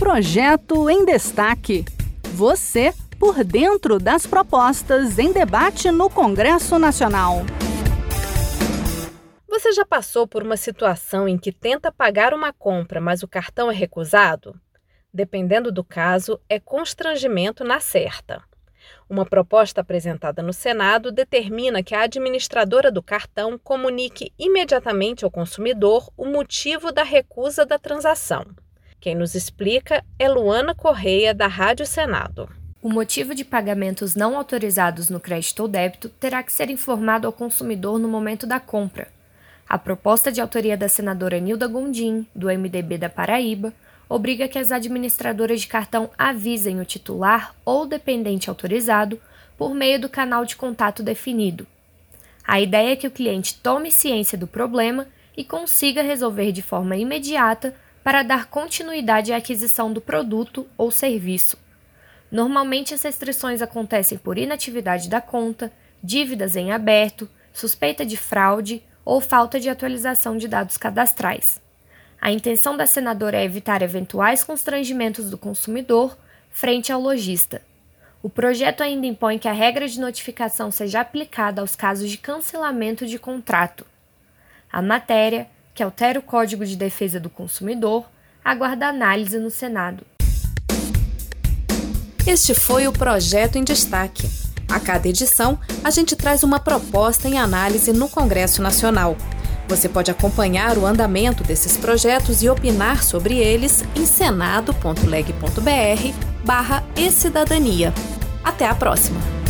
Projeto em Destaque. Você por dentro das propostas em debate no Congresso Nacional. Você já passou por uma situação em que tenta pagar uma compra, mas o cartão é recusado? Dependendo do caso, é constrangimento na certa. Uma proposta apresentada no Senado determina que a administradora do cartão comunique imediatamente ao consumidor o motivo da recusa da transação. Quem nos explica é Luana Correia, da Rádio Senado. O motivo de pagamentos não autorizados no crédito ou débito terá que ser informado ao consumidor no momento da compra. A proposta de autoria da senadora Nilda Gondim, do MDB da Paraíba, obriga que as administradoras de cartão avisem o titular ou dependente autorizado por meio do canal de contato definido. A ideia é que o cliente tome ciência do problema e consiga resolver de forma imediata para dar continuidade à aquisição do produto ou serviço. Normalmente, as restrições acontecem por inatividade da conta, dívidas em aberto, suspeita de fraude ou falta de atualização de dados cadastrais. A intenção da senadora é evitar eventuais constrangimentos do consumidor frente ao lojista. O projeto ainda impõe que a regra de notificação seja aplicada aos casos de cancelamento de contrato. A matéria, que altera o Código de Defesa do Consumidor, aguarda análise no Senado. Este foi o Projeto em Destaque. A cada edição, a gente traz uma proposta em análise no Congresso Nacional. Você pode acompanhar o andamento desses projetos e opinar sobre eles em senado.leg.br/ecidadania. Até a próxima!